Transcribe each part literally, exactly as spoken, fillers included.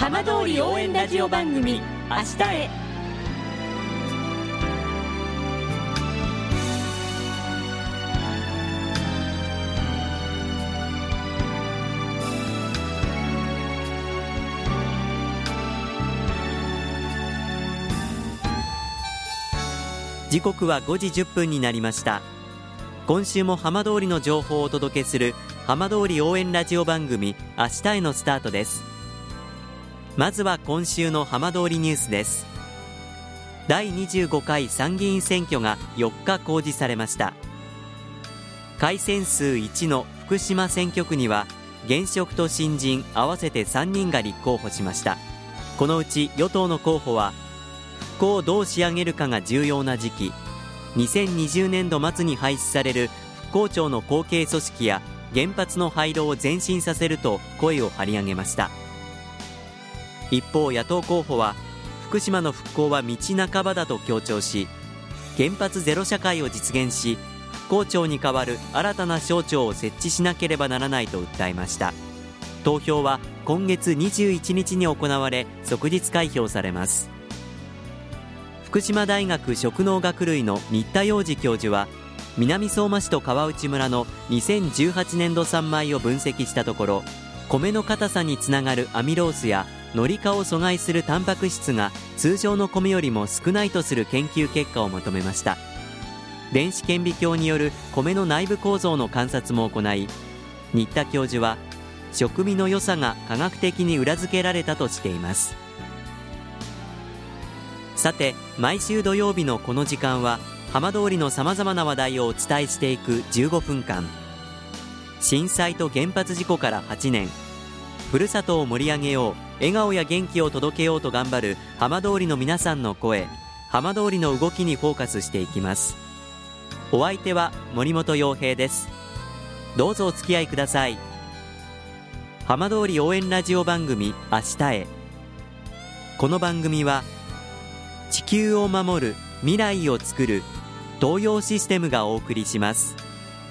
浜通り応援ラジオ番組明日へ。 時刻はごじじゅっぷんになりました。今週も浜通りの情報をお届けする浜通り応援ラジオ番組明日へのスタートです。まずは今週の浜通りニュースです。だいにじゅうごかい参議院選挙がよっか公示されました。改選数いちの福島選挙区には現職と新人合わせてさんにんが立候補しました。このうち与党の候補は復興をどう仕上げるかが重要な時期、にせんにじゅうねんど末に廃止される復興庁の後継組織や原発の廃炉を前進させると声を張り上げました。一方、野党候補は福島の復興は道半ばだと強調し、原発ゼロ社会を実現し復興庁に代わる新たな省庁を設置しなければならないと訴えました。投票は今月にじゅういちにちに行われ即日開票されます。福島大学食農学類の新田洋二教授は、南相馬市と川内村のにせんじゅうはちねんど産米を分析したところ、米の硬さにつながるアミロースやノリ化を阻害するタンパク質が通常の米よりも少ないとする研究結果をまとめました。電子顕微鏡による米の内部構造の観察も行い、新田教授は食味の良さが科学的に裏付けられたとしています。さて、毎週土曜日のこの時間は浜通りのさまざまな話題をお伝えしていくじゅうごふんかん。震災と原発事故からはちねん、ふるさとを盛り上げよう、笑顔や元気を届けようと頑張る浜通りの皆さんの声、浜通りの動きにフォーカスしていきます。お相手は森本洋平です。どうぞお付き合いください。浜通り応援ラジオ番組明日へ。この番組は地球を守る、未来をつくる東洋システムがお送りします。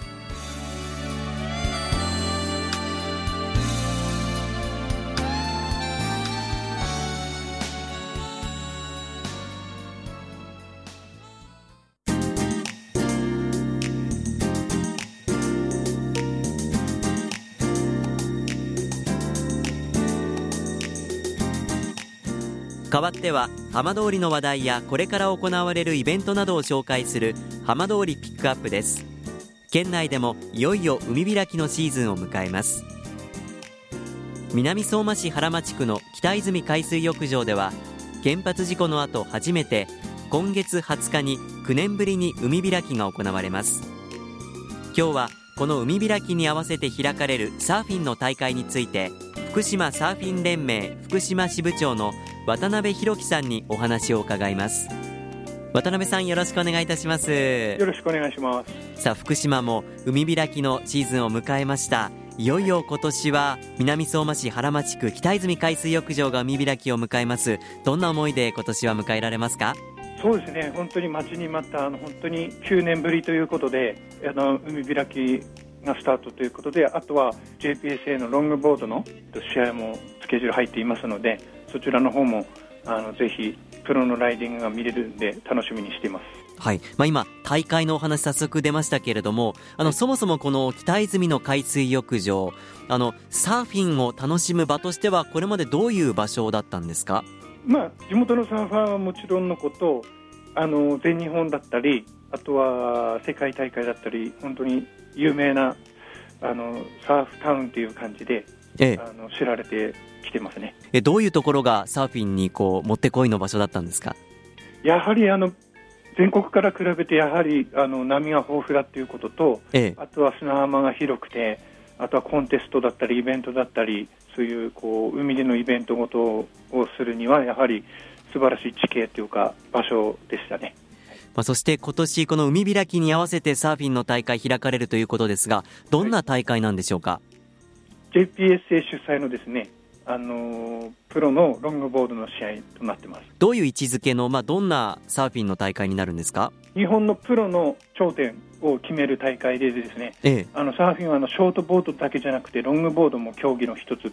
代わっては浜通りの話題やこれから行われるイベントなどを紹介する浜通りピックアップです。県内でもいよいよ海開きのシーズンを迎えます。南相馬市原町区の北泉海水浴場では、原発事故の後初めて今月はつかにきゅうねんぶりに海開きが行われます。今日はこの海開きに合わせて開かれるサーフィンの大会について、福島サーフィン連盟福島支部長の渡辺弘樹さんにお話を伺います。渡辺さん、よろしくお願いいたします。 よろしくお願いします。 さあ、福島も海開きのシーズンを迎えました。いよいよ今年は南相馬市原町区北泉海水浴場が海開きを迎えます。どんな思いで今年は迎えられますか？ そうですね、本当に待ちに待ったあの本当にきゅうねんぶりということで、あの海開きがスタートということで、あとは ジェイピーエスエー のロングボードの試合もスケジュール入っていますので、そちらの方もあのぜひプロのライディングが見れるんで楽しみにしています。 はい、まあ、今大会のお話早速出ましたけれども、あのそもそもこの北泉の海水浴場、あのサーフィンを楽しむ場としてはこれまでどういう場所だったんですか？ まあ、地元のサーファーはもちろんのこと、あの全日本だったり、あとは世界大会だったり、本当に有名なあのサーフタウンという感じで、ええ、あの知られてきてますね。 えどういうところがサーフィンにこうもってこいの場所だったんですか？ やはりあの全国から比べてやはりあの波が豊富だということと、ええ、あとは砂浜が広くて、あとはコンテストだったりイベントだったり、そういうこう海でのイベントごとをするにはやはり素晴らしい地形というか場所でしたね。 まあ、そして今年この海開きに合わせてサーフィンの大会開かれるということですが、どんな大会なんでしょうか？はい、 ジェイピーエスエー 主催のですね、あのプロのロングボードの試合となってます。 どういう位置づけの、まあ、どんなサーフィンの大会になるんですか？ 日本のプロの頂点を決める大会でですね、ええ、あのサーフィンはあのショートボードだけじゃなくてロングボードも競技の一つで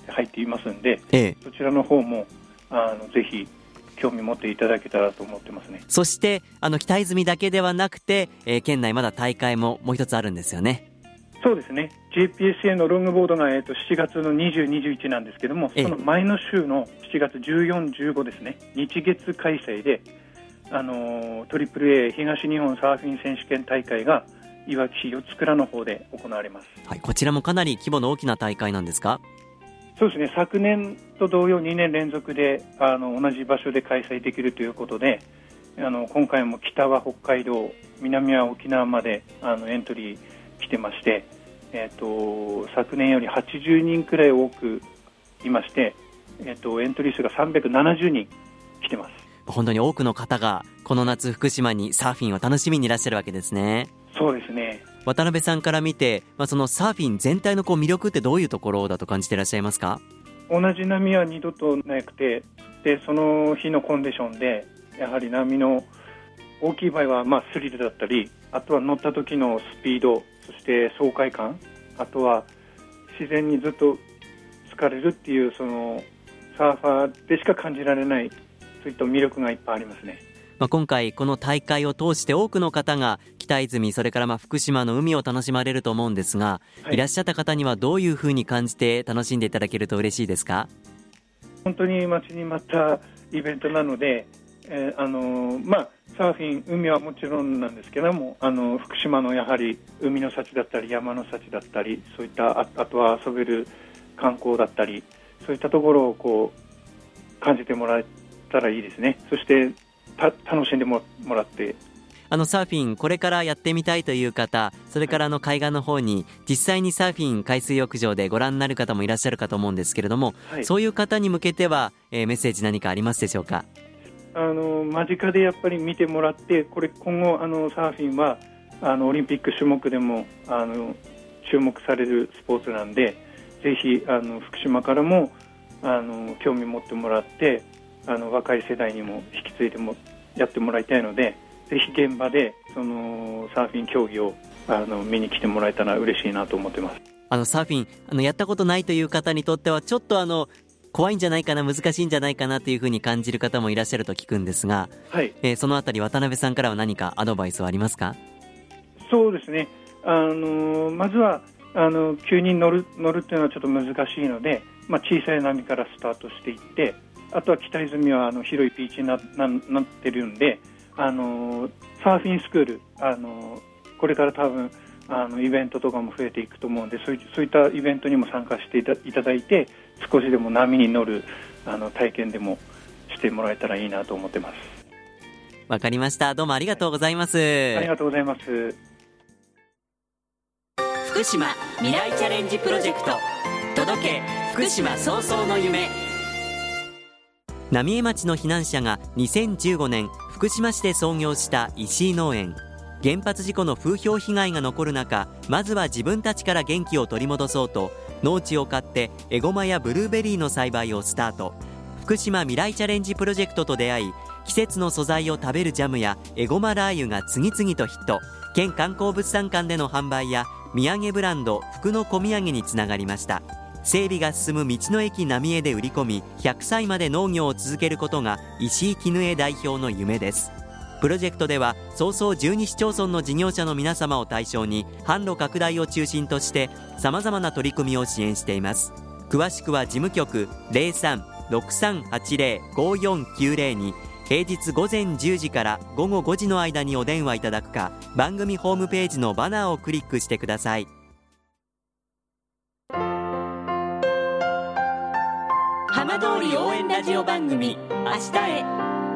入っていますんで、 ええ、 そちらの方もあのぜひ興味持っていただけたらと思ってますね。 そしてあの北泉だけではなくて、えー、県内まだ大会ももう一つあるんですよね。 そうですね。 ジェイピーエスエー のロングボードが、えー、としちがつのにじゅう、にじゅういちなんですけども、その前の週のしちがつじゅうよん、じゅうごですね、日月開催で、あのー、トリプルエー 東日本サーフィン選手権大会がいわき市四つ倉の方で行われます。 はい、こちらもかなり規模の大きな大会なんですか？ そうですね。昨年と同様にねん連続であの同じ場所で開催できるということで、あの今回も北は北海道、南は沖縄まであのエントリー来てまして、えー、と昨年よりはちじゅうにんくらい多くいまして、えー、とエントリー数がさんびゃくななじゅうにん来てます。 本当に多くの方がこの夏福島にサーフィンを楽しみにいらっしゃるわけですね。 そうですね。 渡辺さんから見て、まあ、そのサーフィン全体のこう魅力ってどういうところだと感じていらっしゃいますか？ 同じ波は二度となくて、でその日のコンディションでやはり波の大きい場合はまあスリルだったり、あとは乗った時のスピード、そして爽快感、あとは自然にずっと疲れるっていうそのサーファーでしか感じられない、そういった魅力がいっぱいありますね。 まあ、今回この大会を通して多くの方が北泉、それからまあ福島の海を楽しまれると思うんですが、はい、いらっしゃった方にはどういうふうに感じて楽しんでいただけると嬉しいですか？ 本当に待ちに待ったイベントなので、えーあのーまあ、サーフィン、海はもちろんなんですけども、あのー、福島のやはり海の幸だったり山の幸だったり、そういったあ、あとは遊べる観光だったり、そういったところをこう感じてもらえたらいいですね。そしてた楽しんでもらって、 あのサーフィンこれからやってみたいという方、それからあの海岸の方に実際にサーフィン海水浴場でご覧になる方もいらっしゃるかと思うんですけれども、はい、そういう方に向けては、えー、メッセージ何かありますでしょうか？ あの間近でやっぱり見てもらって、これ今後あのサーフィンはあのオリンピック種目でもあの注目されるスポーツなんで、ぜひあの福島からもあの興味持ってもらって、あの若い世代にも引き継いでもやってもらいたいので、ぜひ現場でそのサーフィン競技をあの見に来てもらえたら嬉しいなと思ってます。 あのサーフィンあのやったことないという方にとってはちょっとあの怖いんじゃないかな、難しいんじゃないかなというふうに感じる方もいらっしゃると聞くんですが、はい、えー、そのあたり渡辺さんからは何かアドバイスはありますか？ そうですね、あのまずはあの急に乗る乗るっていうのはちょっと難しいので、まあ、小さい波からスタートしていって、あとは北泉はあの広いビーチに な, な, なってるんで、あのサーフィンスクール、あのこれから多分あのイベントとかも増えていくと思うんで、そうい、そういったイベントにも参加してい た, いただいて、少しでも波に乗るあの体験でもしてもらえたらいいなと思ってます。 わかりました。どうもありがとうございます。 ありがとうございます。 福島未来チャレンジプロジェクト、届け福島早々の夢。 浪江町の避難者がにせんじゅうごねん福島市で創業した石井農園。原発事故の風評被害が残る中、まずは自分たちから元気を取り戻そうと農地を買ってエゴマやブルーベリーの栽培をスタート。福島未来チャレンジプロジェクトと出会い、季節の素材を食べるジャムやエゴマラー油が次々とヒット。県観光物産館での販売や土産ブランド福の小土産につながりました。整備が進む道の駅浪江で売り込み、ひゃくさいまで農業を続けることが石井絹江代表の夢です。プロジェクトでは早々じゅうに市町村の事業者の皆様を対象に販路拡大を中心としてさまざまな取り組みを支援しています。詳しくは事務局 ゼロさん ろくさんはちゼロ ごよんきゅうゼロ に平日午前じゅうじから午後ごじの間にお電話いただくか、番組ホームページのバナーをクリックしてください。 浜通り応援ラジオ番組明日へ。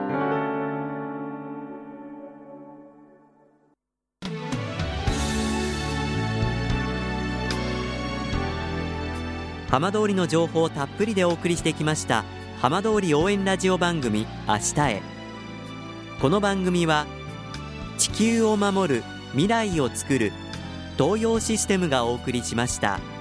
浜通りの情報をたっぷりでお送りしてきました浜通り応援ラジオ番組明日へ。この番組は地球を守る未来をつくる東洋システムがお送りしました。